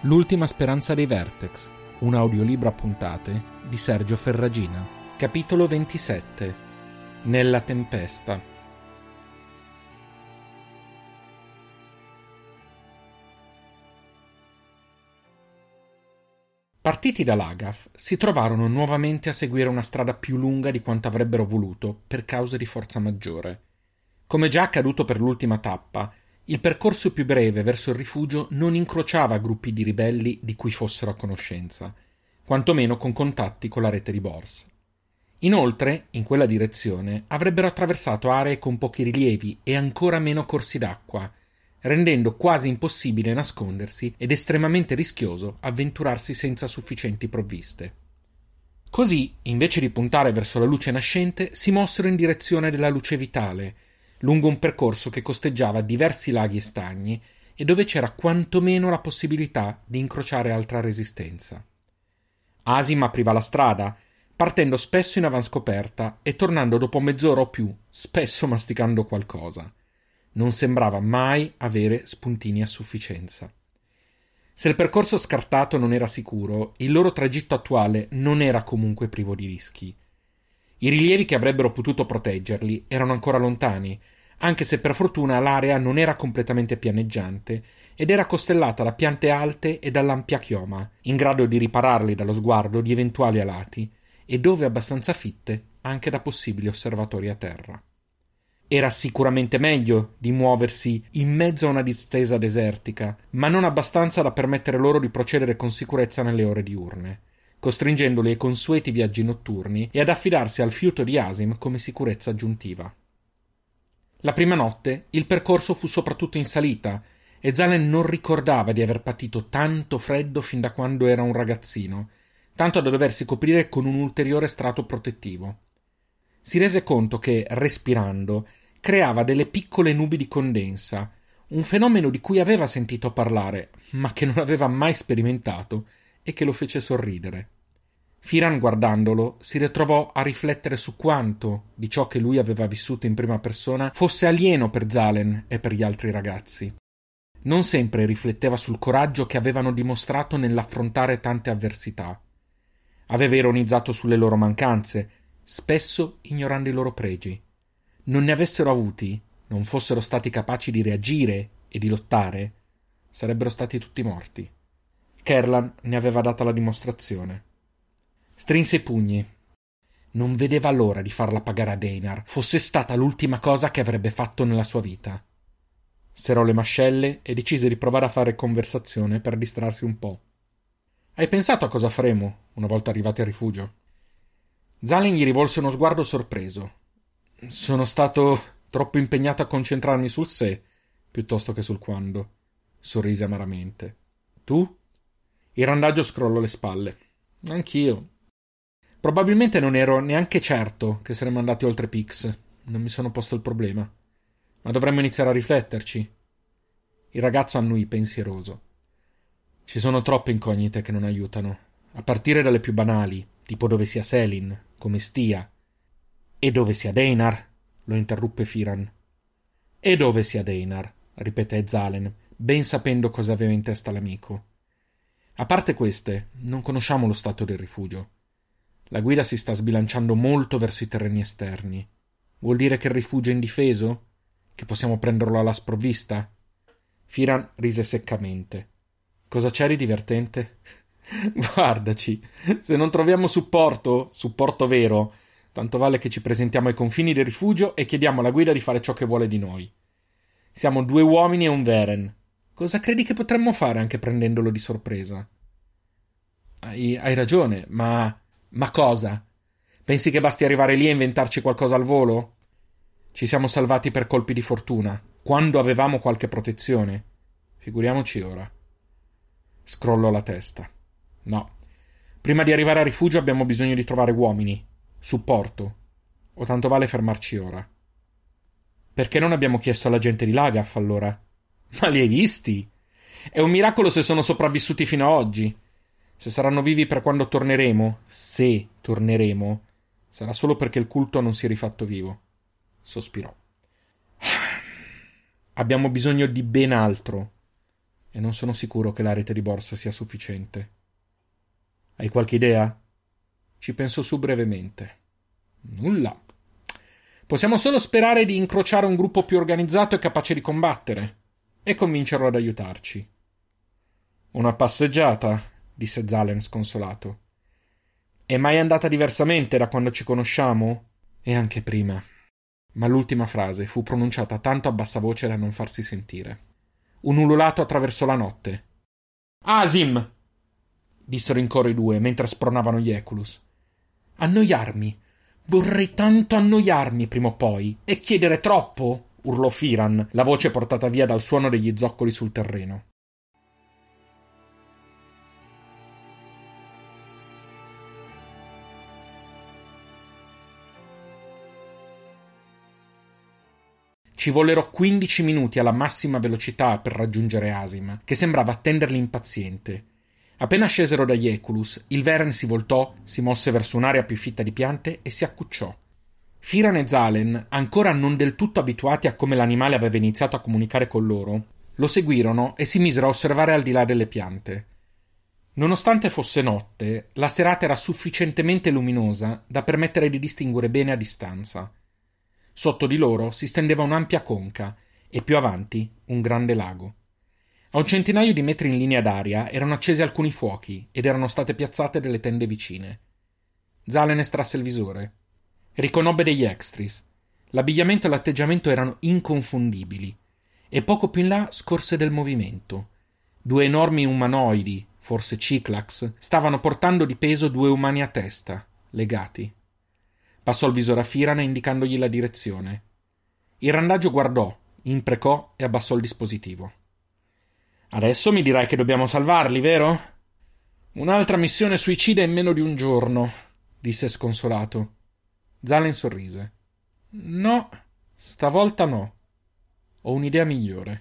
L'ultima speranza dei Vertex, un audiolibro a puntate di Sergio Ferragina. Capitolo 27. Nella tempesta. Partiti da Lagath, si trovarono nuovamente a seguire una strada più lunga di quanto avrebbero voluto per cause di forza maggiore. Come già accaduto per l'ultima tappa, il percorso più breve verso il rifugio non incrociava gruppi di ribelli di cui fossero a conoscenza, quantomeno con contatti con la rete di Bors. Inoltre, in quella direzione, avrebbero attraversato aree con pochi rilievi e ancora meno corsi d'acqua, rendendo quasi impossibile nascondersi ed estremamente rischioso avventurarsi senza sufficienti provviste. Così, invece di puntare verso la luce nascente, si mossero in direzione della luce vitale, lungo un percorso che costeggiava diversi laghi e stagni e dove c'era quantomeno la possibilità di incrociare altra resistenza. Asim apriva la strada, partendo spesso in avanscoperta e tornando dopo mezz'ora o più, spesso masticando qualcosa. Non sembrava mai avere spuntini a sufficienza. Se il percorso scartato non era sicuro, il loro tragitto attuale non era comunque privo di rischi. I rilievi che avrebbero potuto proteggerli erano ancora lontani, anche se per fortuna l'area non era completamente pianeggiante ed era costellata da piante alte e dall'ampia chioma, in grado di ripararli dallo sguardo di eventuali alati, e dove abbastanza fitte anche da possibili osservatori a terra. Era sicuramente meglio di muoversi in mezzo a una distesa desertica, ma non abbastanza da permettere loro di procedere con sicurezza nelle ore diurne, costringendoli ai consueti viaggi notturni e ad affidarsi al fiuto di Asim come sicurezza aggiuntiva. La prima notte il percorso fu soprattutto in salita e Zalen non ricordava di aver patito tanto freddo fin da quando era un ragazzino, tanto da doversi coprire con un ulteriore strato protettivo. Si rese conto che, respirando, creava delle piccole nubi di condensa, un fenomeno di cui aveva sentito parlare, ma che non aveva mai sperimentato e che lo fece sorridere. Firan, guardandolo, si ritrovò a riflettere su quanto, di ciò che lui aveva vissuto in prima persona, fosse alieno per Zalen e per gli altri ragazzi. Non sempre rifletteva sul coraggio che avevano dimostrato nell'affrontare tante avversità. Aveva ironizzato sulle loro mancanze, spesso ignorando i loro pregi. Non ne avessero avuti, non fossero stati capaci di reagire e di lottare, sarebbero stati tutti morti. Kerlan ne aveva data la dimostrazione. Strinse i pugni. Non vedeva l'ora di farla pagare a Deinar, fosse stata l'ultima cosa che avrebbe fatto nella sua vita. Serrò le mascelle e decise di provare a fare conversazione per distrarsi un po'. Hai pensato a cosa faremo una volta arrivati al rifugio? Zalen gli rivolse uno sguardo sorpreso. Sono stato troppo impegnato a concentrarmi sul se piuttosto che sul quando. Sorrise amaramente. Tu? Il randagio scrollò le spalle. Anch'io. Probabilmente non ero neanche certo che saremmo andati oltre Pix. Non mi sono posto il problema. Ma dovremmo iniziare a rifletterci. Il ragazzo annui pensieroso. Ci sono troppe incognite che non aiutano, a partire dalle più banali, tipo dove sia Selin, come stia. E dove sia Deinar? Lo interruppe Firan. E dove sia Deinar? Ripeté Zalen, ben sapendo cosa aveva in testa l'amico. A parte queste, non conosciamo lo stato del rifugio. La guida si sta sbilanciando molto verso i terreni esterni. Vuol dire che il rifugio è indifeso? Che possiamo prenderlo alla sprovvista? Firan rise seccamente. Cosa c'è di divertente? Guardaci, se non troviamo supporto vero, tanto vale che ci presentiamo ai confini del rifugio e chiediamo alla guida di fare ciò che vuole di noi. Siamo 2 uomini e un Veren. Cosa credi che potremmo fare anche prendendolo di sorpresa? Hai ragione, ma cosa? Pensi che basti arrivare lì e inventarci qualcosa al volo? Ci siamo salvati per colpi di fortuna, quando avevamo qualche protezione. Figuriamoci ora. Scrollò la testa. No. Prima di arrivare a rifugio abbiamo bisogno di trovare uomini, supporto, o tanto vale fermarci ora. Perché non abbiamo chiesto alla gente di Lagath, allora? Ma li hai visti? È un miracolo se sono sopravvissuti fino a oggi. Se saranno vivi per quando torneremo, se torneremo, sarà solo perché il culto non si è rifatto vivo. Sospirò. Abbiamo bisogno di ben altro. e non sono sicuro che la rete di borsa sia sufficiente. Hai qualche idea? Ci penso su brevemente. Nulla. Possiamo solo sperare di incrociare un gruppo più organizzato e capace di combattere e convincerlo ad aiutarci. Una passeggiata, disse Zalen sconsolato. È mai andata diversamente da quando ci conosciamo? E anche prima. Ma l'ultima frase fu pronunciata tanto a bassa voce da non farsi sentire. Un ululato attraversò la notte. Asim! Dissero in coro i due mentre spronavano gli Eculus. Annoiarmi! Vorrei tanto annoiarmi prima o poi e chiedere troppo! Urlò Firan, la voce portata via dal suono degli zoccoli sul terreno. Ci vollero 15 minuti alla massima velocità per raggiungere Asim, che sembrava attenderli impaziente. Appena scesero dagli Eculus, il Veren si voltò, si mosse verso un'area più fitta di piante e si accucciò. Firan e Zalen, ancora non del tutto abituati a come l'animale aveva iniziato a comunicare con loro, lo seguirono e si misero a osservare al di là delle piante. Nonostante fosse notte, la serata era sufficientemente luminosa da permettere di distinguere bene a distanza. Sotto di loro si stendeva un'ampia conca e più avanti un grande lago. A un centinaio di metri in linea d'aria erano accesi alcuni fuochi ed erano state piazzate delle tende vicine. Zalen estrasse il visore. Riconobbe degli extris. L'abbigliamento e l'atteggiamento erano inconfondibili e poco più in là scorse del movimento. 2 enormi umanoidi, forse Ciclax, stavano portando di peso 2 umani a testa, legati. Passò il visore a Firan indicandogli la direzione. Il randaggio guardò, imprecò e abbassò il dispositivo. Adesso mi dirai che dobbiamo salvarli, vero? Un'altra missione suicida in meno di un giorno, disse sconsolato. Zalen sorrise. No, stavolta no. Ho un'idea migliore.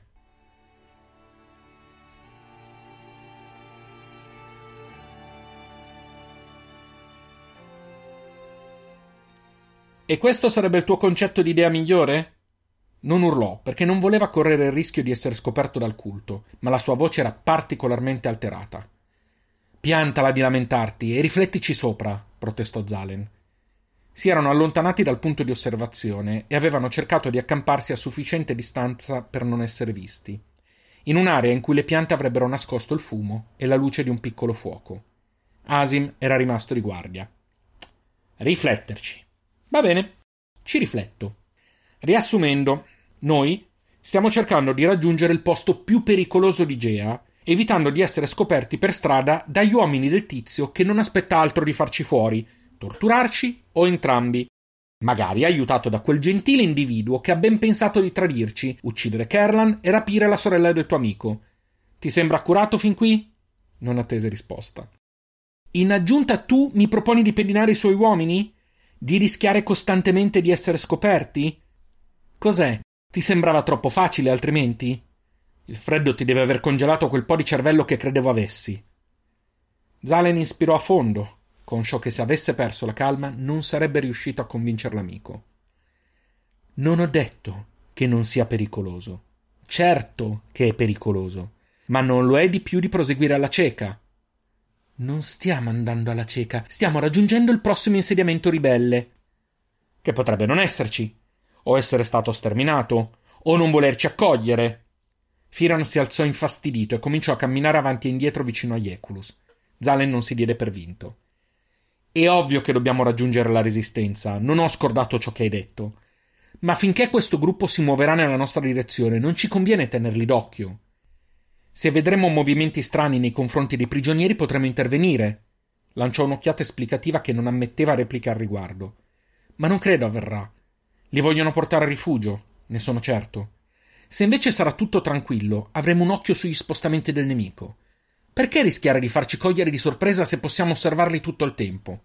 E questo sarebbe il tuo concetto di idea migliore? Non urlò, perché non voleva correre il rischio di essere scoperto dal culto, ma la sua voce era particolarmente alterata. Piantala di lamentarti e riflettici sopra, protestò Zalen. Si erano allontanati dal punto di osservazione e avevano cercato di accamparsi a sufficiente distanza per non essere visti, in un'area in cui le piante avrebbero nascosto il fumo e la luce di un piccolo fuoco. Asim era rimasto di guardia. Rifletterci. Va bene, ci rifletto. Riassumendo, noi stiamo cercando di raggiungere il posto più pericoloso di Gea, evitando di essere scoperti per strada dagli uomini del tizio che non aspetta altro di farci fuori, torturarci o entrambi, magari aiutato da quel gentile individuo che ha ben pensato di tradirci, uccidere Kerlan e rapire la sorella del tuo amico. Ti sembra accurato fin qui? Non attese risposta. In aggiunta tu mi proponi di pedinare i suoi uomini? Di rischiare costantemente di essere scoperti? Cos'è? Ti sembrava troppo facile altrimenti? Il freddo ti deve aver congelato quel po' di cervello che credevo avessi. Zalen inspirò a fondo, conscio che se avesse perso la calma non sarebbe riuscito a convincere l'amico. Non ho detto che non sia pericoloso. Certo che è pericoloso, ma non lo è di più di proseguire alla cieca. Non stiamo andando alla cieca, stiamo raggiungendo il prossimo insediamento ribelle. Che potrebbe non esserci, o essere stato sterminato, o non volerci accogliere. Firan si alzò infastidito e cominciò a camminare avanti e indietro vicino agli Eculus. Zalen non si diede per vinto. È ovvio che dobbiamo raggiungere la resistenza, non ho scordato ciò che hai detto. Ma finché questo gruppo si muoverà nella nostra direzione, non ci conviene tenerli d'occhio. Se vedremo movimenti strani nei confronti dei prigionieri potremo intervenire. Lanciò un'occhiata esplicativa che non ammetteva repliche al riguardo. Ma non credo avverrà. Li vogliono portare a rifugio, ne sono certo. Se invece sarà tutto tranquillo, avremo un occhio sugli spostamenti del nemico. Perché rischiare di farci cogliere di sorpresa se possiamo osservarli tutto il tempo?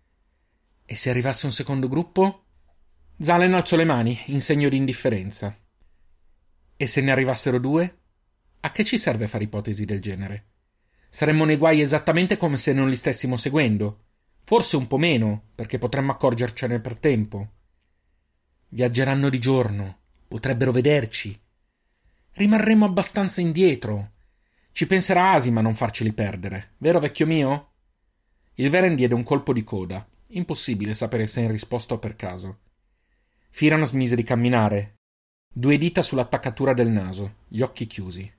E se arrivasse un secondo gruppo? Zalen alzò le mani, in segno di indifferenza. E se ne arrivassero 2? A che ci serve fare ipotesi del genere? Saremmo nei guai esattamente come se non li stessimo seguendo. Forse un po' meno, perché potremmo accorgercene per tempo. Viaggeranno di giorno, potrebbero vederci. Rimarremo abbastanza indietro. Ci penserà Asim a non farceli perdere, vero vecchio mio? Il Veren diede un colpo di coda. Impossibile sapere se in risposta o per caso. Firan smise di camminare, 2 dita sull'attaccatura del naso, gli occhi chiusi.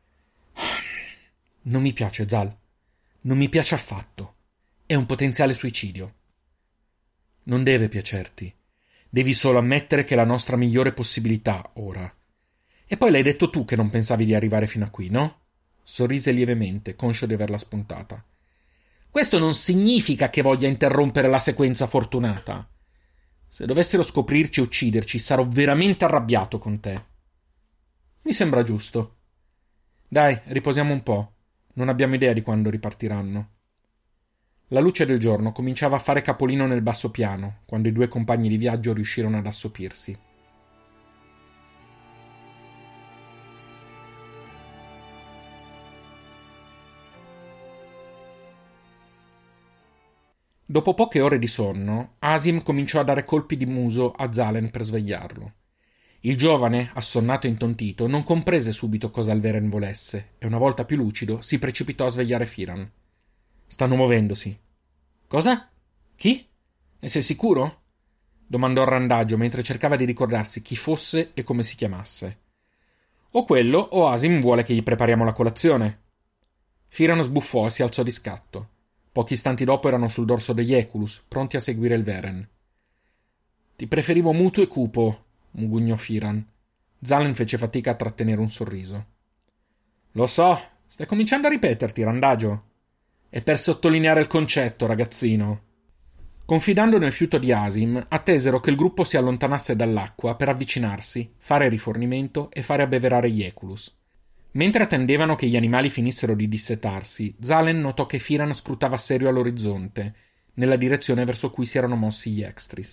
Non mi piace, Zal. Non mi piace affatto. È un potenziale suicidio. Non deve piacerti. Devi solo ammettere che è la nostra migliore possibilità, ora. E poi l'hai detto tu che non pensavi di arrivare fino a qui, no? Sorrise lievemente, conscio di averla spuntata. Questo non significa che voglia interrompere la sequenza fortunata. Se dovessero scoprirci e ucciderci, sarò veramente arrabbiato con te. Mi sembra giusto. Dai, riposiamo un po'. Non abbiamo idea di quando ripartiranno. La luce del giorno cominciava a fare capolino nel basso piano, quando i 2 compagni di viaggio riuscirono ad assopirsi. Dopo poche ore di sonno, Asim cominciò a dare colpi di muso a Zalen per svegliarlo. Il giovane, assonnato e intontito, non comprese subito cosa il Veren volesse e, una volta più lucido, si precipitò a svegliare Firan. Stanno muovendosi. Cosa? Chi? Ne sei sicuro? Domandò il randagio mentre cercava di ricordarsi chi fosse e come si chiamasse. O quello o Asim vuole che gli prepariamo la colazione. Firan sbuffò e si alzò di scatto. Pochi istanti dopo erano sul dorso degli Eculus, pronti a seguire il Veren. Ti preferivo muto e cupo, mugugnò Firan. Zalen fece fatica a trattenere un sorriso. Lo so, stai cominciando a ripeterti, randagio. È per sottolineare il concetto, ragazzino. Confidando nel fiuto di Asim, attesero che il gruppo si allontanasse dall'acqua per avvicinarsi, fare rifornimento e fare abbeverare gli Eculus. Mentre attendevano che gli animali finissero di dissetarsi, Zalen notò che Firan scrutava serio all'orizzonte, nella direzione verso cui si erano mossi gli Extris.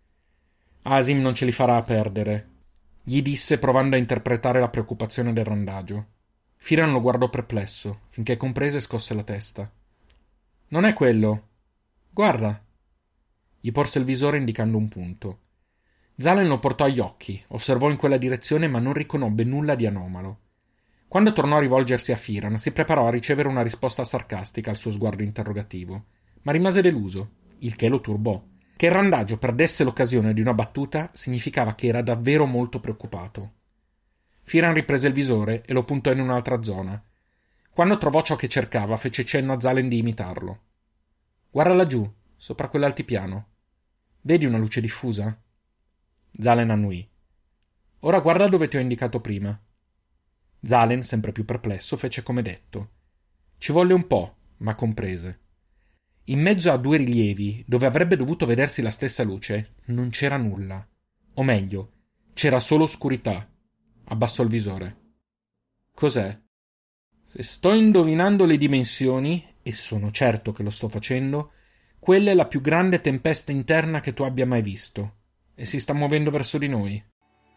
Asim non ce li farà a perdere, gli disse provando a interpretare la preoccupazione del randagio. Firan lo guardò perplesso, finché comprese e scosse la testa. Non è quello. Guarda. Gli porse il visore indicando un punto. Zalen lo portò agli occhi, osservò in quella direzione ma non riconobbe nulla di anomalo. Quando tornò a rivolgersi a Firan, si preparò a ricevere una risposta sarcastica al suo sguardo interrogativo, ma rimase deluso, il che lo turbò. Che il randagio perdesse l'occasione di una battuta significava che era davvero molto preoccupato. Firan riprese il visore e lo puntò in un'altra zona. Quando trovò ciò che cercava, fece cenno a Zalen di imitarlo. Guarda laggiù, sopra quell'altipiano. Vedi una luce diffusa? Zalen annuì. Ora guarda dove ti ho indicato prima. Zalen, sempre più perplesso, fece come detto. Ci volle un po', ma comprese. In mezzo a 2 rilievi, dove avrebbe dovuto vedersi la stessa luce, non c'era nulla. O meglio, c'era solo oscurità. Abbassò il visore. Cos'è? Se sto indovinando le dimensioni, e sono certo che lo sto facendo, quella è la più grande tempesta interna che tu abbia mai visto, e si sta muovendo verso di noi.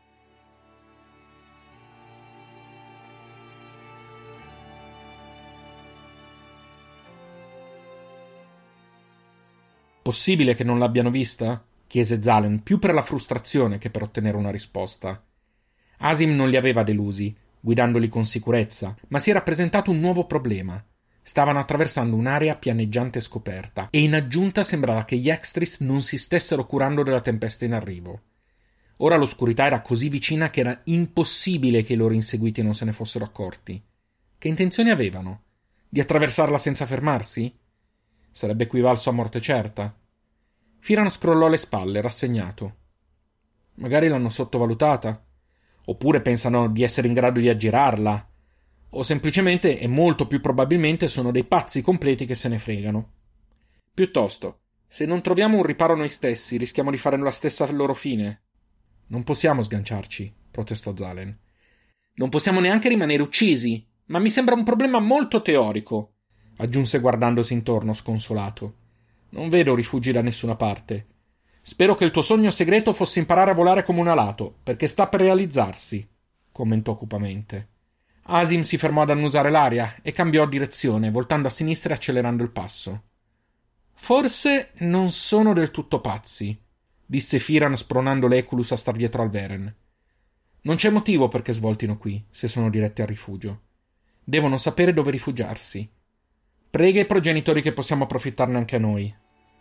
Possibile che non l'abbiano vista? Chiese Zalen, più per la frustrazione che per ottenere una risposta. Asim non li aveva delusi, guidandoli con sicurezza, ma si era presentato un nuovo problema. Stavano attraversando un'area pianeggiante scoperta, e in aggiunta sembrava che gli Extris non si stessero curando della tempesta in arrivo. Ora l'oscurità era così vicina che era impossibile che i loro inseguiti non se ne fossero accorti. Che intenzioni avevano? Di attraversarla senza fermarsi? Sarebbe equivalso a morte certa. Firan scrollò le spalle, rassegnato. Magari l'hanno sottovalutata. Oppure pensano di essere in grado di aggirarla. O semplicemente, e molto più probabilmente, sono dei pazzi completi che se ne fregano. Piuttosto, se non troviamo un riparo noi stessi, rischiamo di fare la stessa loro fine. Non possiamo sganciarci, protestò Zalen. Non possiamo neanche rimanere uccisi, ma mi sembra un problema molto teorico, aggiunse guardandosi intorno sconsolato. Non vedo rifugi da nessuna parte. Spero che il tuo sogno segreto fosse imparare a volare come un alato, perché sta per realizzarsi, commentò cupamente. Asim si fermò ad annusare l'aria e cambiò direzione, voltando a sinistra e accelerando il passo. Forse non sono del tutto pazzi, disse Firan spronando l'Eculus a star dietro al Veren. Non c'è motivo perché svoltino qui, se sono diretti al rifugio. Devono sapere dove rifugiarsi. Prega i progenitori che possiamo approfittarne anche a noi.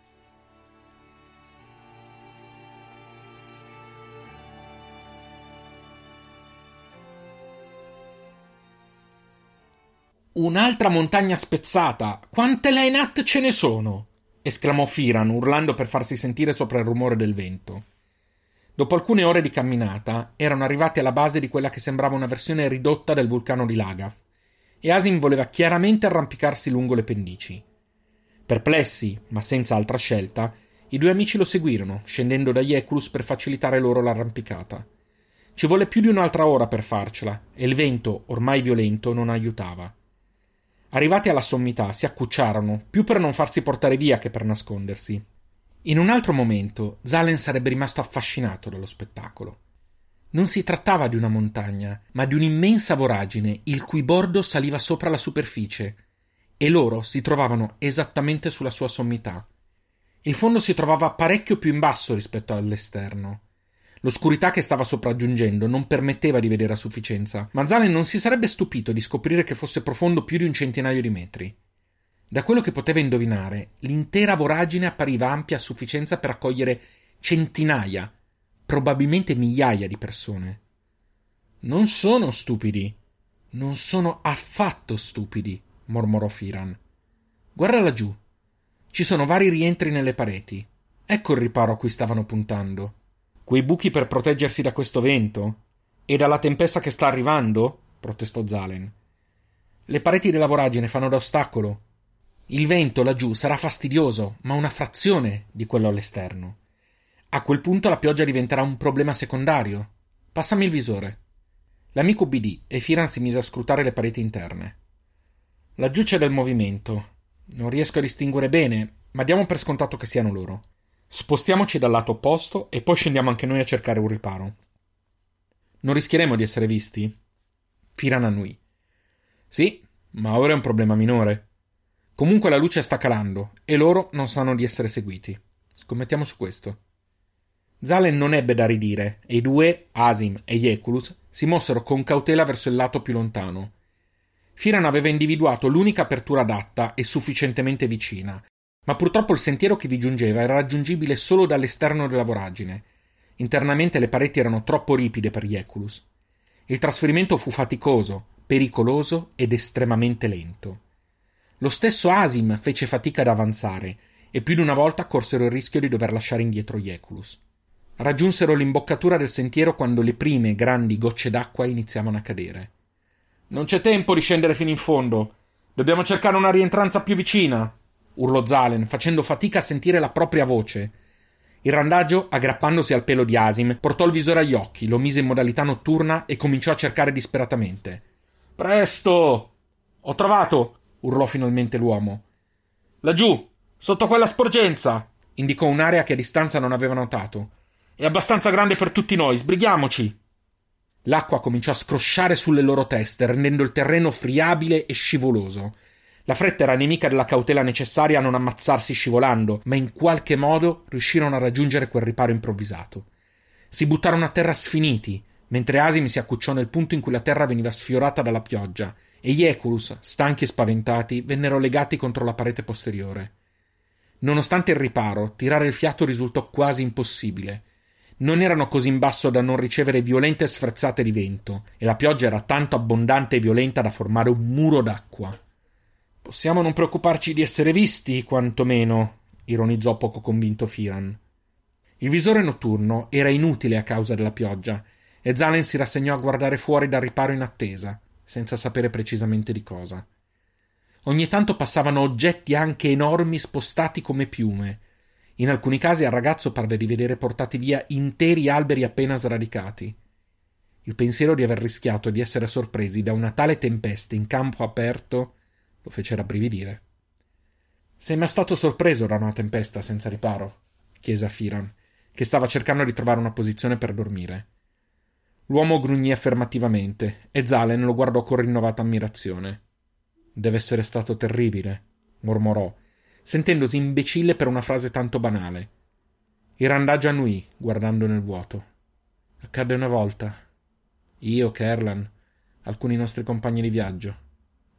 Un'altra montagna spezzata! Quante Laenat ce ne sono? Esclamò Firan, urlando per farsi sentire sopra il rumore del vento. Dopo alcune ore di camminata, erano arrivati alla base di quella che sembrava una versione ridotta del vulcano di Lagav, e Asim voleva chiaramente arrampicarsi lungo le pendici. Perplessi, ma senza altra scelta, i due amici lo seguirono, scendendo da Eculus per facilitare loro l'arrampicata. Ci volle più di un'altra ora per farcela, e il vento, ormai violento, non aiutava. Arrivati alla sommità, si accucciarono, più per non farsi portare via che per nascondersi. In un altro momento, Zalen sarebbe rimasto affascinato dallo spettacolo. Non si trattava di una montagna, ma di un'immensa voragine, il cui bordo saliva sopra la superficie, e loro si trovavano esattamente sulla sua sommità. Il fondo si trovava parecchio più in basso rispetto all'esterno. L'oscurità che stava sopraggiungendo non permetteva di vedere a sufficienza, ma Zalen non si sarebbe stupito di scoprire che fosse profondo più di un centinaio di metri. Da quello che poteva indovinare, l'intera voragine appariva ampia a sufficienza per accogliere centinaia, probabilmente migliaia di persone. Non sono stupidi. Non sono affatto stupidi, mormorò Firan. Guarda laggiù. Ci sono vari rientri nelle pareti. Ecco il riparo a cui stavano puntando. Quei buchi per proteggersi da questo vento? E dalla tempesta che sta arrivando? Protestò Zalen. Le pareti della voragine fanno da ostacolo. Il vento laggiù sarà fastidioso, ma una frazione di quello all'esterno. A quel punto la pioggia diventerà un problema secondario. Passami il visore. L'amico ubbidì e Firan si mise a scrutare le pareti interne. Laggiù c'è del movimento. Non riesco a distinguere bene, ma diamo per scontato che siano loro. Spostiamoci dal lato opposto e poi scendiamo anche noi a cercare un riparo. Non rischieremo di essere visti? Firan annui. Sì, ma ora è un problema minore. Comunque la luce sta calando e loro non sanno di essere seguiti. Scommettiamo su questo. Zalen non ebbe da ridire e i due, Asim e Eculus, si mossero con cautela verso il lato più lontano. Firan aveva individuato l'unica apertura adatta e sufficientemente vicina, ma purtroppo il sentiero che vi giungeva era raggiungibile solo dall'esterno della voragine. Internamente le pareti erano troppo ripide per Eculus. Il trasferimento fu faticoso, pericoloso ed estremamente lento. Lo stesso Asim fece fatica ad avanzare e più di una volta corsero il rischio di dover lasciare indietro Eculus. Raggiunsero l'imboccatura del sentiero quando le prime grandi gocce d'acqua iniziavano a cadere. «Non c'è tempo di scendere fino in fondo. Dobbiamo cercare una rientranza più vicina», urlò Zalen, facendo fatica a sentire la propria voce. Il randagio, aggrappandosi al pelo di Asim, portò il visore agli occhi, lo mise in modalità notturna e cominciò a cercare disperatamente. «Presto!» «Ho trovato!» urlò finalmente l'uomo. «Laggiù, sotto quella sporgenza!» indicò un'area che a distanza non aveva notato. «È abbastanza grande per tutti noi, sbrighiamoci!» L'acqua cominciò a scrosciare sulle loro teste, rendendo il terreno friabile e scivoloso. La fretta era nemica della cautela necessaria a non ammazzarsi scivolando, ma in qualche modo riuscirono a raggiungere quel riparo improvvisato. Si buttarono a terra sfiniti, mentre Asim si accucciò nel punto in cui la terra veniva sfiorata dalla pioggia, e gli Eculus, stanchi e spaventati, vennero legati contro la parete posteriore. Nonostante il riparo, tirare il fiato risultò quasi impossibile. Non erano così in basso da non ricevere violente sfrezzate di vento, e la pioggia era tanto abbondante e violenta da formare un muro d'acqua. «Possiamo non preoccuparci di essere visti, quantomeno», ironizzò poco convinto Firan. Il visore notturno era inutile a causa della pioggia, e Zalen si rassegnò a guardare fuori dal riparo in attesa, senza sapere precisamente di cosa. Ogni tanto passavano oggetti anche enormi spostati come piume. In alcuni casi al ragazzo parve di vedere portati via interi alberi appena sradicati. Il pensiero di aver rischiato di essere sorpresi da una tale tempesta in campo aperto lo fece rabbrividire. «Sei mai stato sorpreso da una tempesta senza riparo?» chiese a Firan, che stava cercando di trovare una posizione per dormire. L'uomo grugnì affermativamente e Zalen lo guardò con rinnovata ammirazione. «Deve essere stato terribile», mormorò, sentendosi imbecille per una frase tanto banale. Il randagio annuì, guardando nel vuoto. «Accadde una volta. Io, Kerlan, alcuni nostri compagni di viaggio.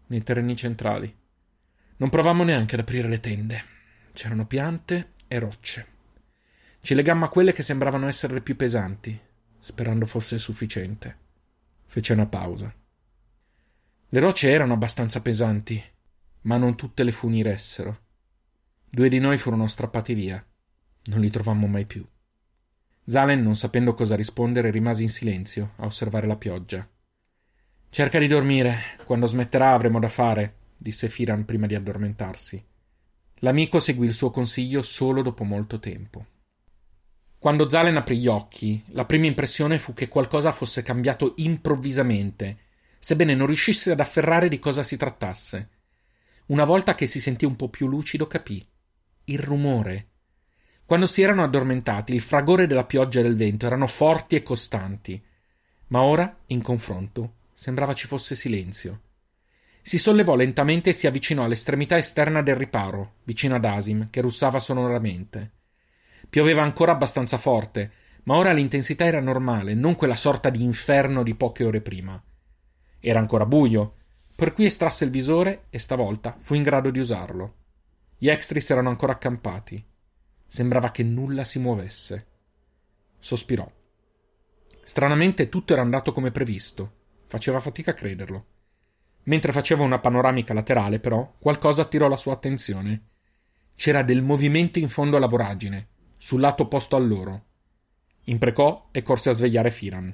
nei terreni centrali. Non provammo neanche ad aprire le tende. C'erano piante e rocce. Ci legammo a quelle che sembravano essere le più pesanti, sperando fosse sufficiente. Fece una pausa. Le rocce erano abbastanza pesanti, ma non tutte le funiressero. 2 di noi furono strappati via. Non li trovammo mai più. Zalen, non sapendo cosa rispondere, rimase in silenzio a osservare la pioggia. «Cerca di dormire. Quando smetterà avremo da fare», disse Firan prima di addormentarsi. L'amico seguì il suo consiglio solo dopo molto tempo. Quando Zalen aprì gli occhi, la prima impressione fu che qualcosa fosse cambiato improvvisamente, sebbene non riuscisse ad afferrare di cosa si trattasse. Una volta che si sentì un po' più lucido, capì. Il rumore. Quando si erano addormentati, il fragore della pioggia e del vento erano forti e costanti, ma ora, in confronto, sembrava ci fosse silenzio. Si sollevò lentamente e si avvicinò all'estremità esterna del riparo, vicino ad Asim, che russava sonoramente. Pioveva ancora abbastanza forte, ma ora l'intensità era normale, non quella sorta di inferno di poche ore prima. Era ancora buio, per cui estrasse il visore e stavolta fu in grado di usarlo. Gli extris erano ancora accampati. Sembrava che nulla si muovesse. Sospirò. Stranamente tutto era andato come previsto. Faceva fatica a crederlo. Mentre faceva una panoramica laterale, però, qualcosa attirò la sua attenzione. C'era del movimento in fondo alla voragine, sul lato opposto a loro. Imprecò e corse a svegliare Firan.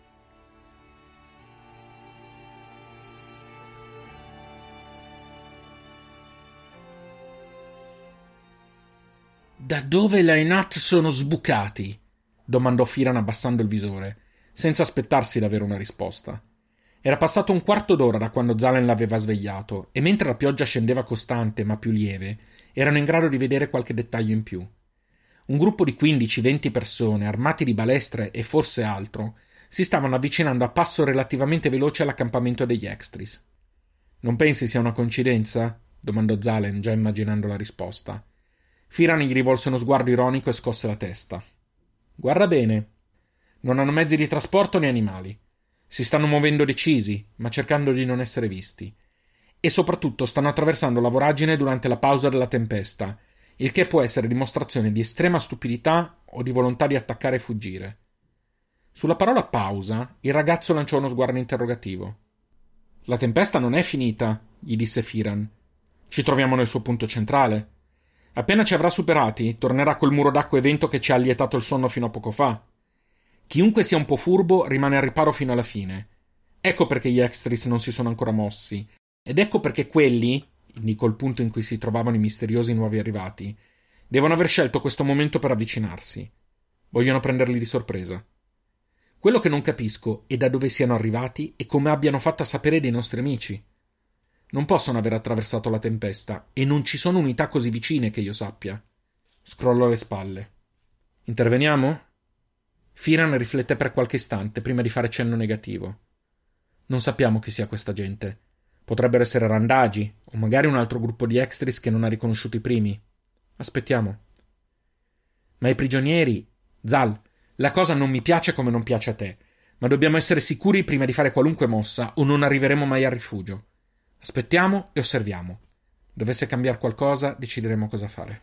«Da dove le Ainat sono sbucati?» domandò Firan abbassando il visore, senza aspettarsi d'avere una risposta. Era passato un quarto d'ora da quando Zalen l'aveva svegliato, e mentre la pioggia scendeva costante ma più lieve, erano in grado di vedere qualche dettaglio in più. Un gruppo di 15-20 persone, armati di balestre e forse altro, si stavano avvicinando a passo relativamente veloce all'accampamento degli extris. «Non pensi sia una coincidenza?» domandò Zalen, già immaginando la risposta. Firan gli rivolse uno sguardo ironico e scosse la testa. «Guarda bene. Non hanno mezzi di trasporto né animali. Si stanno muovendo decisi, ma cercando di non essere visti. E soprattutto stanno attraversando la voragine durante la pausa della tempesta, il che può essere dimostrazione di estrema stupidità o di volontà di attaccare e fuggire». Sulla parola pausa, il ragazzo lanciò uno sguardo interrogativo. «La tempesta non è finita», gli disse Firan. «Ci troviamo nel suo punto centrale. Appena ci avrà superati, tornerà quel muro d'acqua e vento che ci ha allietato il sonno fino a poco fa. Chiunque sia un po' furbo rimane al riparo fino alla fine. Ecco perché gli extris non si sono ancora mossi. Ed ecco perché quelli», indicò il punto in cui si trovavano i misteriosi nuovi arrivati, «devono aver scelto questo momento per avvicinarsi. Vogliono prenderli di sorpresa. Quello che non capisco è da dove siano arrivati e come abbiano fatto a sapere dei nostri amici. Non possono aver attraversato la tempesta, e non ci sono unità così vicine che io sappia». Scrollò le spalle. «Interveniamo?» Firan riflette per qualche istante prima di fare cenno negativo. «Non sappiamo chi sia questa gente. Potrebbero essere randagi, o magari un altro gruppo di extris che non ha riconosciuto i primi. Aspettiamo». «Ma i prigionieri...» «Zal, la cosa non mi piace come non piace a te, ma dobbiamo essere sicuri prima di fare qualunque mossa o non arriveremo mai al rifugio. Aspettiamo e osserviamo. Dovesse cambiare qualcosa, decideremo cosa fare».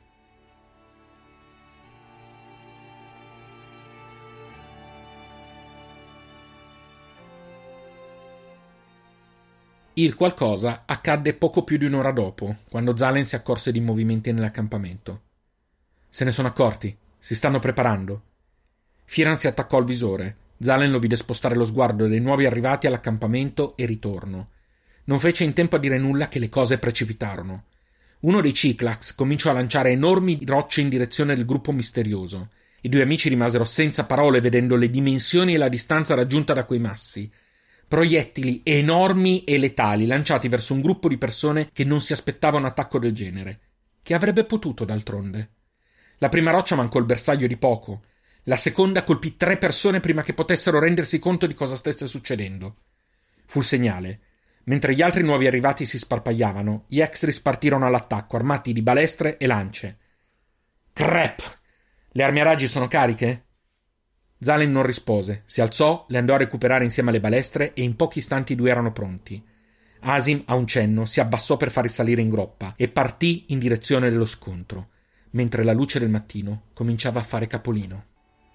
Il qualcosa accadde poco più di un'ora dopo, quando Zalen si accorse di movimenti nell'accampamento. «Se ne sono accorti. Si stanno preparando». Firan si attaccò al visore. Zalen lo vide spostare lo sguardo dei nuovi arrivati all'accampamento e ritorno. Non fece in tempo a dire nulla che le cose precipitarono. Uno dei Ciclax cominciò a lanciare enormi rocce in direzione del gruppo misterioso. I 2 amici rimasero senza parole vedendo le dimensioni e la distanza raggiunta da quei massi. Proiettili enormi e letali lanciati verso un gruppo di persone che non si aspettava un attacco del genere. Che avrebbe potuto, d'altronde? La prima roccia mancò il bersaglio di poco. La seconda colpì 3 persone prima che potessero rendersi conto di cosa stesse succedendo. Fu il segnale. Mentre gli altri nuovi arrivati si sparpagliavano, gli extris partirono all'attacco, armati di balestre e lance. «Crep! Le armi a raggi sono cariche?» Zalen non rispose, si alzò, le andò a recuperare insieme alle balestre e in pochi istanti i 2 erano pronti. Asim, a un cenno, si abbassò per far risalire in groppa e partì in direzione dello scontro, mentre la luce del mattino cominciava a fare capolino.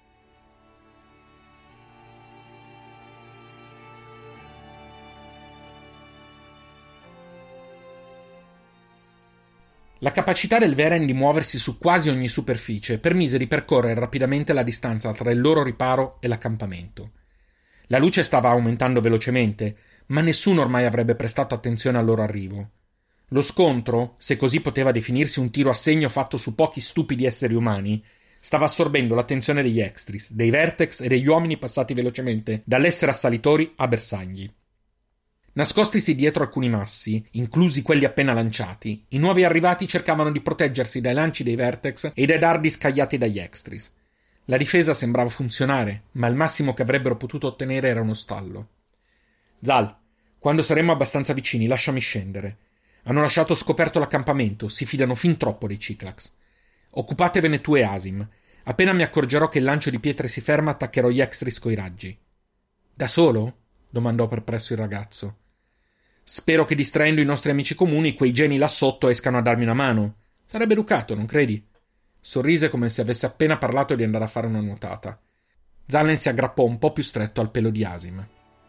La capacità del Veren di muoversi su quasi ogni superficie permise di percorrere rapidamente la distanza tra il loro riparo e l'accampamento. La luce stava aumentando velocemente, ma nessuno ormai avrebbe prestato attenzione al loro arrivo. Lo scontro, se così poteva definirsi un tiro a segno fatto su pochi stupidi esseri umani, stava assorbendo l'attenzione degli Extris, dei Vertex e degli uomini passati velocemente dall'essere assalitori a bersagli. Nascostisi dietro alcuni massi, inclusi quelli appena lanciati, i nuovi arrivati cercavano di proteggersi dai lanci dei Vertex e dai dardi scagliati dagli Extris. La difesa sembrava funzionare, ma il massimo che avrebbero potuto ottenere era uno stallo. Zal, quando saremo abbastanza vicini, lasciami scendere. Hanno lasciato scoperto l'accampamento, si fidano fin troppo dei Ciclax. Occupatevene tu e Asim. Appena mi accorgerò che il lancio di pietre si ferma, attaccherò gli Extris coi raggi. Da solo? Domandò perplesso il ragazzo. Spero che distraendo i nostri amici comuni quei geni là sotto escano a darmi una mano. Sarebbe educato, non credi? Sorrise come se avesse appena parlato di andare a fare una nuotata. Zalen si aggrappò un po' più stretto al pelo di Asim.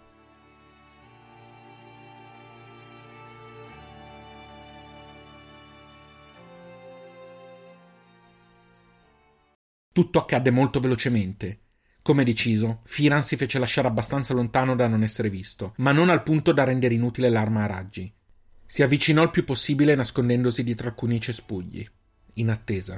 Tutto accadde molto velocemente. Come deciso, Firan si fece lasciare abbastanza lontano da non essere visto, ma non al punto da rendere inutile l'arma a raggi. Si avvicinò il più possibile nascondendosi dietro alcuni cespugli, in attesa.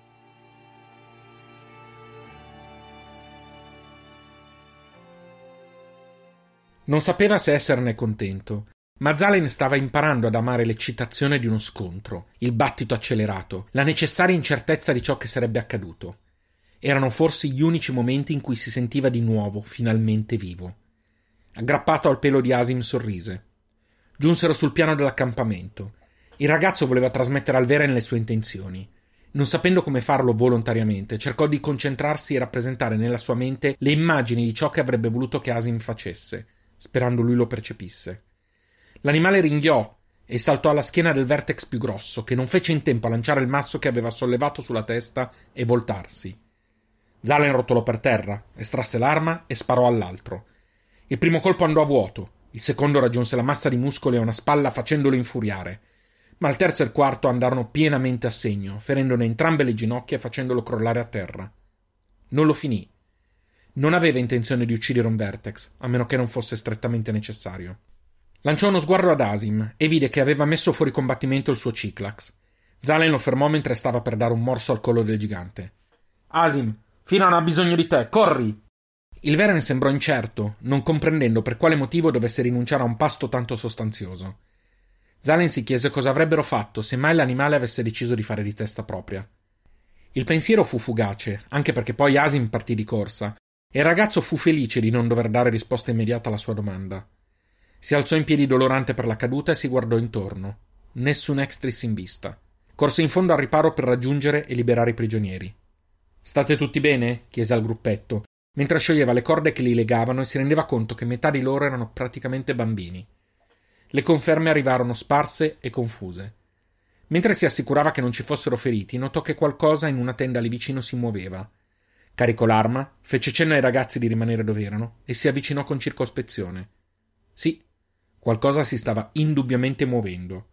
Non sapeva se esserne contento, ma Zalen stava imparando ad amare l'eccitazione di uno scontro, il battito accelerato, la necessaria incertezza di ciò che sarebbe accaduto. Erano forse gli unici momenti in cui si sentiva di nuovo, finalmente vivo. Aggrappato al pelo di Asim sorrise. Giunsero sul piano dell'accampamento. Il ragazzo voleva trasmettere al Veren le sue intenzioni. Non sapendo come farlo volontariamente, cercò di concentrarsi e rappresentare nella sua mente le immagini di ciò che avrebbe voluto che Asim facesse, sperando lui lo percepisse. L'animale ringhiò e saltò alla schiena del Vertex più grosso, che non fece in tempo a lanciare il masso che aveva sollevato sulla testa e voltarsi. Zalen rotolò per terra, estrasse l'arma e sparò all'altro. Il primo colpo andò a vuoto, il secondo raggiunse la massa di muscoli a una spalla facendolo infuriare, ma il terzo e il quarto andarono pienamente a segno, ferendone entrambe le ginocchia e facendolo crollare a terra. Non lo finì. Non aveva intenzione di uccidere un Vertex, a meno che non fosse strettamente necessario. Lanciò uno sguardo ad Asim e vide che aveva messo fuori combattimento il suo Ciclax. Zalen lo fermò mentre stava per dare un morso al collo del gigante. Asim, Firan ha bisogno di te, corri! Il Veren sembrò incerto, non comprendendo per quale motivo dovesse rinunciare a un pasto tanto sostanzioso. Zalen si chiese cosa avrebbero fatto se mai l'animale avesse deciso di fare di testa propria. Il pensiero fu fugace, anche perché poi Asim partì di corsa, e il ragazzo fu felice di non dover dare risposta immediata alla sua domanda. Si alzò in piedi dolorante per la caduta e si guardò intorno. Nessun Extris in vista. Corse in fondo al riparo per raggiungere e liberare i prigionieri. «State tutti bene?» chiese al gruppetto, mentre scioglieva le corde che li legavano e si rendeva conto che metà di loro erano praticamente bambini. Le conferme arrivarono sparse e confuse. Mentre si assicurava che non ci fossero feriti, notò che qualcosa in una tenda lì vicino si muoveva. Caricò l'arma, fece cenno ai ragazzi di rimanere dove erano e si avvicinò con circospezione. Sì, qualcosa si stava indubbiamente muovendo.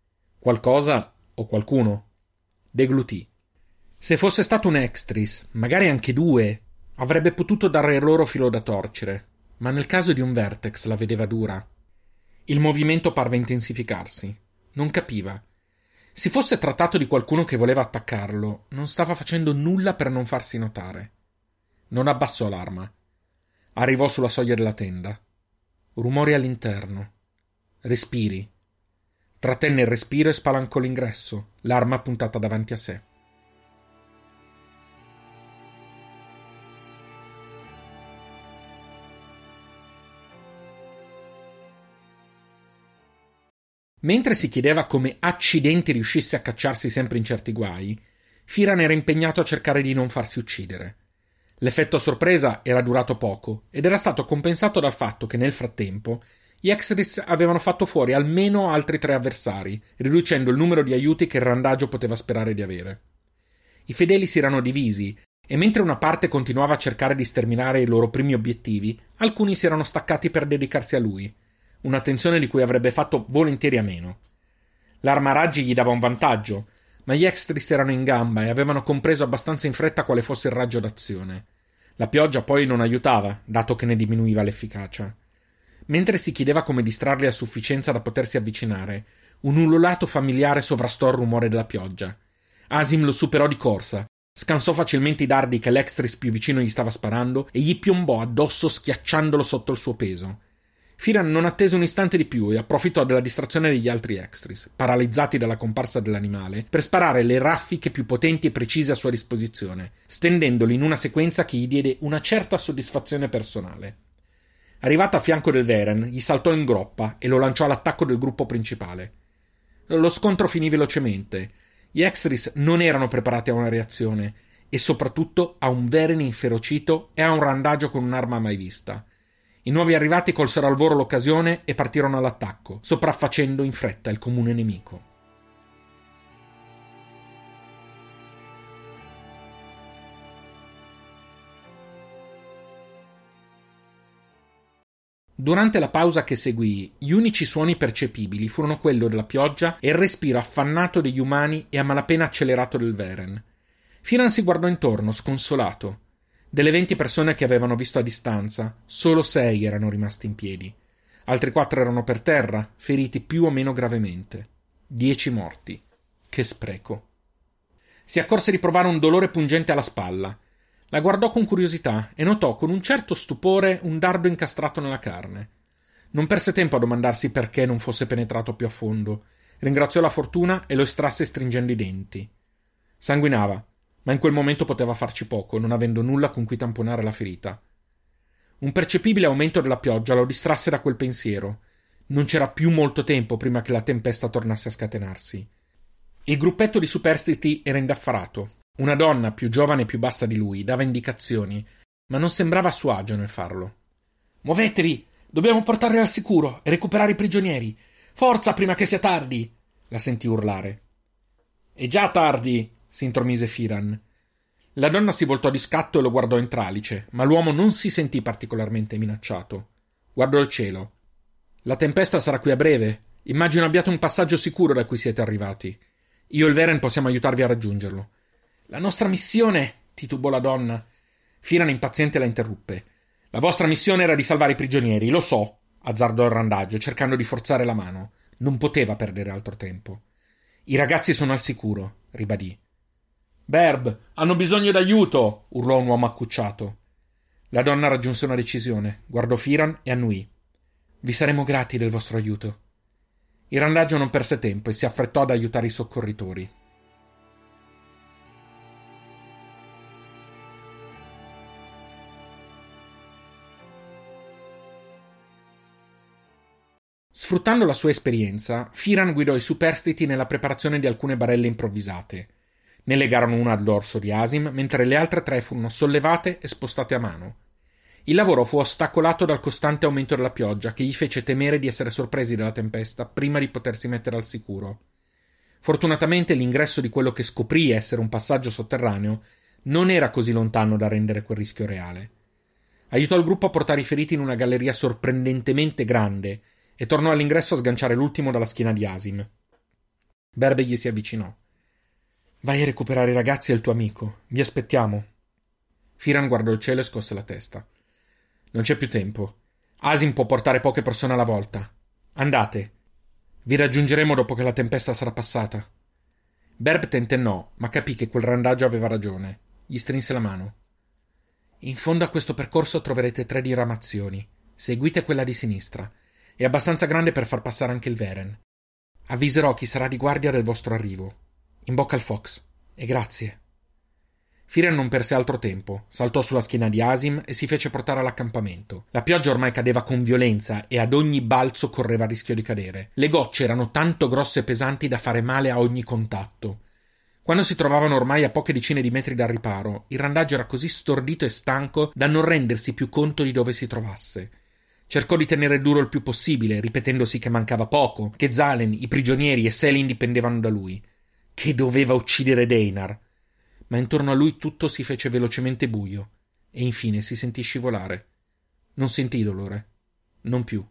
Qualcosa o qualcuno. Deglutì. Se fosse stato un Extris, magari anche due, avrebbe potuto dare loro filo da torcere, ma nel caso di un Vertex la vedeva dura. Il movimento parve intensificarsi. Non capiva. Si fosse trattato di qualcuno che voleva attaccarlo, non stava facendo nulla per non farsi notare. Non abbassò l'arma. Arrivò sulla soglia della tenda. Rumori all'interno. Respiri. Trattenne il respiro e spalancò l'ingresso, l'arma puntata davanti a sé. Mentre si chiedeva come accidenti riuscisse a cacciarsi sempre in certi guai, Firan era impegnato a cercare di non farsi uccidere. L'effetto a sorpresa era durato poco ed era stato compensato dal fatto che nel frattempo Gli Extris avevano fatto fuori almeno altri 3 avversari, riducendo il numero di aiuti che il randagio poteva sperare di avere. I fedeli si erano divisi, e mentre una parte continuava a cercare di sterminare i loro primi obiettivi, alcuni si erano staccati per dedicarsi a lui, un'attenzione di cui avrebbe fatto volentieri a meno. L'arma a raggi gli dava un vantaggio, ma gli Extris erano in gamba e avevano compreso abbastanza in fretta quale fosse il raggio d'azione. La pioggia poi non aiutava, dato che ne diminuiva l'efficacia. Mentre si chiedeva come distrarli a sufficienza da potersi avvicinare, un ululato familiare sovrastò il rumore della pioggia. Asim lo superò di corsa, scansò facilmente i dardi che l'Extris più vicino gli stava sparando e gli piombò addosso schiacciandolo sotto il suo peso. Firan non attese un istante di più e approfittò della distrazione degli altri Extris, paralizzati dalla comparsa dell'animale, per sparare le raffiche più potenti e precise a sua disposizione, stendendoli in una sequenza che gli diede una certa soddisfazione personale. Arrivato a fianco del Veren, gli saltò in groppa e lo lanciò all'attacco del gruppo principale. Lo scontro finì velocemente. Gli Extris non erano preparati a una reazione e soprattutto a un Veren inferocito e a un randagio con un'arma mai vista. I nuovi arrivati colsero al volo l'occasione e partirono all'attacco, sopraffacendo in fretta il comune nemico. Durante la pausa che seguì, gli unici suoni percepibili furono quello della pioggia e il respiro affannato degli umani e a malapena accelerato del Veren. Firan si guardò intorno, sconsolato. Delle 20 persone che avevano visto a distanza, solo 6 erano rimasti in piedi. Altri 4 erano per terra, feriti più o meno gravemente. 10 morti. Che spreco. Si accorse di provare un dolore pungente alla spalla. La guardò con curiosità e notò con un certo stupore un dardo incastrato nella carne. Non perse tempo a domandarsi perché non fosse penetrato più a fondo. Ringraziò la fortuna e lo estrasse stringendo i denti. Sanguinava, ma in quel momento poteva farci poco, non avendo nulla con cui tamponare la ferita. Un percepibile aumento della pioggia lo distrasse da quel pensiero. Non c'era più molto tempo prima che la tempesta tornasse a scatenarsi. Il gruppetto di superstiti era indaffarato. Una donna, più giovane e più bassa di lui, dava indicazioni, ma non sembrava a suo agio nel farlo. «Muovetevi! Dobbiamo portarli al sicuro e recuperare i prigionieri! Forza, prima che sia tardi!» la sentì urlare. «È già tardi!» si intromise Firan. La donna si voltò di scatto e lo guardò in tralice, ma l'uomo non si sentì particolarmente minacciato. Guardò il cielo. «La tempesta sarà qui a breve. Immagino abbiate un passaggio sicuro da cui siete arrivati. Io e il Veren possiamo aiutarvi a raggiungerlo». «La nostra missione», titubò la donna. Firan impaziente la interruppe. «La vostra missione era di salvare i prigionieri, lo so», azzardò il randaggio, cercando di forzare la mano. Non poteva perdere altro tempo. «I ragazzi sono al sicuro», ribadì. «Berb, hanno bisogno d'aiuto», urlò un uomo accucciato. La donna raggiunse una decisione, guardò Firan e annuì. «Vi saremo grati del vostro aiuto». Il randaggio non perse tempo e si affrettò ad aiutare i soccorritori. Sfruttando la sua esperienza, Firan guidò i superstiti nella preparazione di alcune barelle improvvisate. Ne legarono una al dorso di Asim, mentre le altre 3 furono sollevate e spostate a mano. Il lavoro fu ostacolato dal costante aumento della pioggia, che gli fece temere di essere sorpresi dalla tempesta prima di potersi mettere al sicuro. Fortunatamente l'ingresso di quello che scoprì essere un passaggio sotterraneo non era così lontano da rendere quel rischio reale. Aiutò il gruppo a portare i feriti in una galleria sorprendentemente grande e tornò all'ingresso a sganciare l'ultimo dalla schiena di Asim. Berbe gli si avvicinò. «Vai a recuperare i ragazzi e il tuo amico. Vi aspettiamo». Firan guardò il cielo e scosse la testa. «Non c'è più tempo. Asim può portare poche persone alla volta. Andate. Vi raggiungeremo dopo che la tempesta sarà passata». Berb tentennò, ma capì che quel randaggio aveva ragione. Gli strinse la mano. «In fondo a questo percorso troverete 3 diramazioni. Seguite quella di sinistra. È abbastanza grande per far passare anche il Veren. Avviserò chi sarà di guardia del vostro arrivo. In bocca al Fox. E grazie». Firan non perse altro tempo, saltò sulla schiena di Asim e si fece portare all'accampamento. La pioggia ormai cadeva con violenza e ad ogni balzo correva il rischio di cadere. Le gocce erano tanto grosse e pesanti da fare male a ogni contatto. Quando si trovavano ormai a poche decine di metri dal riparo, il randaggio era così stordito e stanco da non rendersi più conto di dove si trovasse. Cercò di tenere duro il più possibile, ripetendosi che mancava poco, che Zalen, i prigionieri e Selin dipendevano da lui, che doveva uccidere Deinar. Ma intorno a lui tutto si fece velocemente buio, e infine si sentì scivolare. Non sentì dolore. Non più.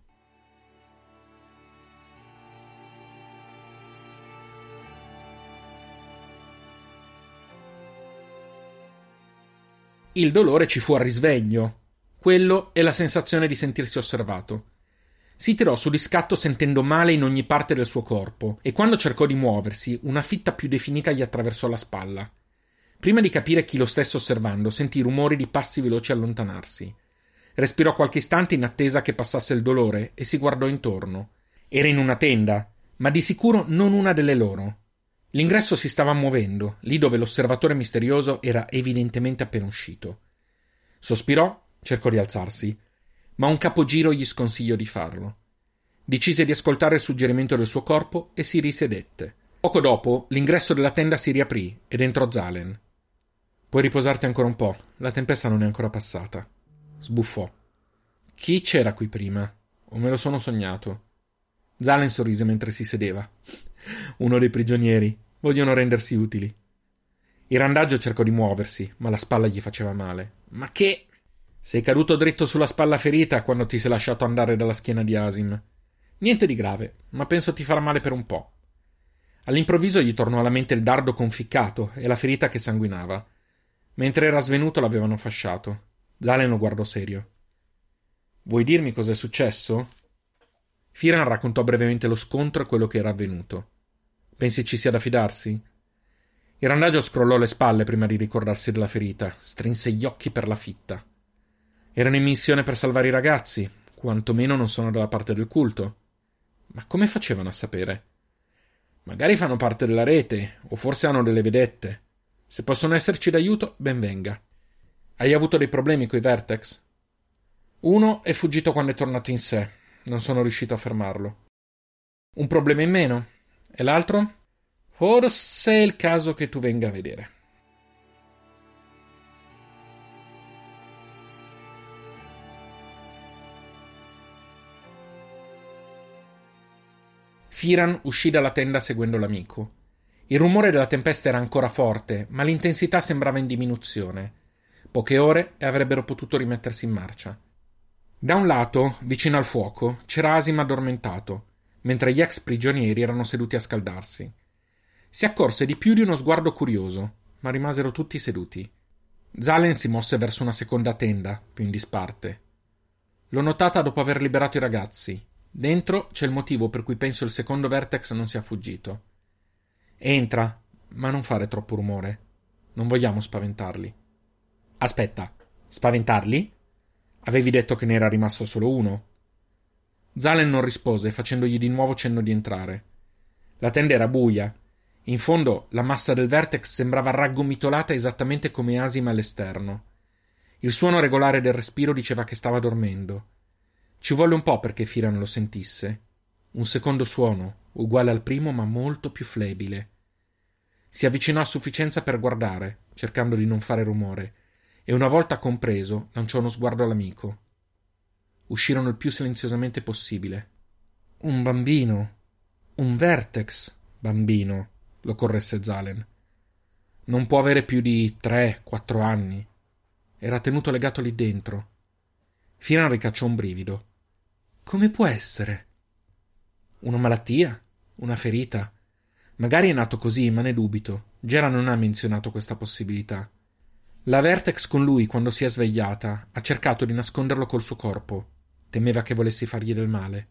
Il dolore ci fu al risveglio. Quello e la sensazione di sentirsi osservato. Si tirò su di scatto sentendo male in ogni parte del suo corpo, e quando cercò di muoversi, una fitta più definita gli attraversò la spalla. Prima di capire chi lo stesse osservando, sentì rumori di passi veloci allontanarsi. Respirò qualche istante in attesa che passasse il dolore e si guardò intorno. Era in una tenda, ma di sicuro non una delle loro. L'ingresso si stava muovendo, lì dove l'osservatore misterioso era evidentemente appena uscito. Sospirò, cercò di alzarsi, ma un capogiro gli sconsigliò di farlo. Decise di ascoltare il suggerimento del suo corpo e si risedette. Poco dopo, l'ingresso della tenda si riaprì ed entrò Zalen. «Puoi riposarti ancora un po', la tempesta non è ancora passata», sbuffò. «Chi c'era qui prima? O me lo sono sognato?» Zalen sorrise mentre si sedeva. «Uno dei prigionieri. Vogliono rendersi utili». Il randaggio cercò di muoversi, ma la spalla gli faceva male. «Ma che...» «Sei caduto dritto sulla spalla ferita quando ti sei lasciato andare dalla schiena di Asim. Niente di grave, ma penso ti farà male per un po'». All'improvviso gli tornò alla mente il dardo conficcato e la ferita che sanguinava. Mentre era svenuto l'avevano fasciato. Zalen lo guardò serio. «Vuoi dirmi cos'è successo?» Firan raccontò brevemente lo scontro e quello che era avvenuto. «Pensi ci sia da fidarsi?» Il randaggio scrollò le spalle prima di ricordarsi della ferita, strinse gli occhi per la fitta. «Erano in missione per salvare i ragazzi, quantomeno non sono dalla parte del culto. Ma come facevano a sapere? Magari fanno parte della rete, o forse hanno delle vedette. Se possono esserci d'aiuto, ben venga. Hai avuto dei problemi coi Vertex?» «Uno è fuggito quando è tornato in sé. Non sono riuscito a fermarlo». «Un problema in meno? E l'altro?» «Forse è il caso che tu venga a vedere». Firan uscì dalla tenda seguendo l'amico. Il rumore della tempesta era ancora forte, ma l'intensità sembrava in diminuzione. Poche ore e avrebbero potuto rimettersi in marcia. Da un lato, vicino al fuoco, c'era Asim addormentato, mentre gli ex prigionieri erano seduti a scaldarsi. Si accorse di più di uno sguardo curioso, ma rimasero tutti seduti. Zalen si mosse verso una seconda tenda, più in disparte. «L'ho notata dopo aver liberato i ragazzi. Dentro c'è il motivo per cui penso il secondo Vertex non sia fuggito. Entra, ma non fare troppo rumore. Non vogliamo spaventarli». «Aspetta, spaventarli? Avevi detto che ne era rimasto solo uno?» Zalen non rispose, facendogli di nuovo cenno di entrare. La tenda era buia. In fondo la massa del Vertex sembrava raggomitolata esattamente come Asim all'esterno. Il suono regolare del respiro diceva che stava dormendo. Ci volle un po' perché Firan lo sentisse. Un secondo suono, uguale al primo ma molto più flebile. Si avvicinò a sufficienza per guardare, cercando di non fare rumore, e una volta compreso lanciò uno sguardo all'amico. Uscirono il più silenziosamente possibile. «Un bambino. Un Vertex bambino», lo corresse Zalen. «Non può avere più di 3-4 anni. Era tenuto legato lì dentro». Firan ricacciò un brivido. «Come può essere?» «Una malattia? Una ferita? Magari è nato così, ma ne dubito. Gera non ha menzionato questa possibilità. La Vertex con lui, quando si è svegliata, ha cercato di nasconderlo col suo corpo. Temeva che volessi fargli del male».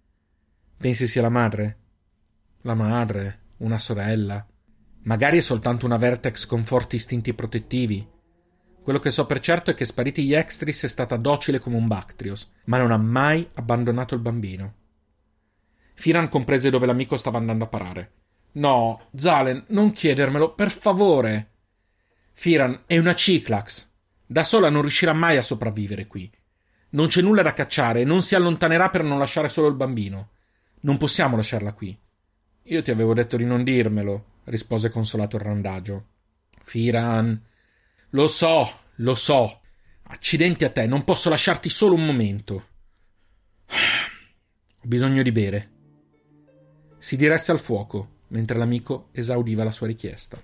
«Pensi sia la madre?» «La madre, una sorella. Magari è soltanto una Vertex con forti istinti protettivi. Quello che so per certo è che spariti gli Extris è stata docile come un Bactrios, ma non ha mai abbandonato il bambino». Firan comprese dove l'amico stava andando a parare. «No, Zalen, non chiedermelo, per favore!» «Firan è una Ciclax. Da sola non riuscirà mai a sopravvivere qui. Non c'è nulla da cacciare e non si allontanerà per non lasciare solo il bambino. Non possiamo lasciarla qui». «Io ti avevo detto di non dirmelo», rispose consolato il randagio. «Firan, lo so. Accidenti a te, non posso lasciarti solo un momento». bisogno di bere. Si diresse al fuoco, mentre l'amico esaudiva la sua richiesta.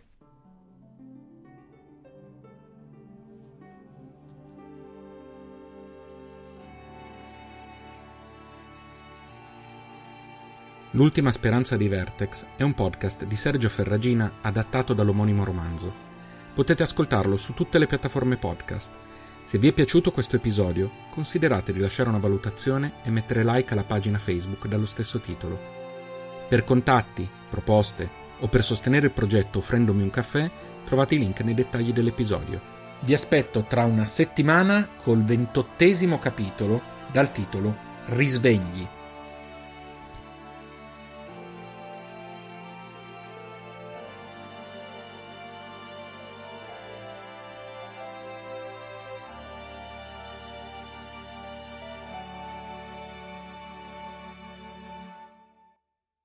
L'ultima speranza di Vertex è un podcast di Sergio Ferragina adattato dall'omonimo romanzo. Potete ascoltarlo su tutte le piattaforme podcast. Se vi è piaciuto questo episodio, considerate di lasciare una valutazione e mettere like alla pagina Facebook dallo stesso titolo. Per contatti, proposte o per sostenere il progetto offrendomi un caffè, trovate i link nei dettagli dell'episodio. Vi aspetto tra una settimana col 28° capitolo dal titolo Risvegli.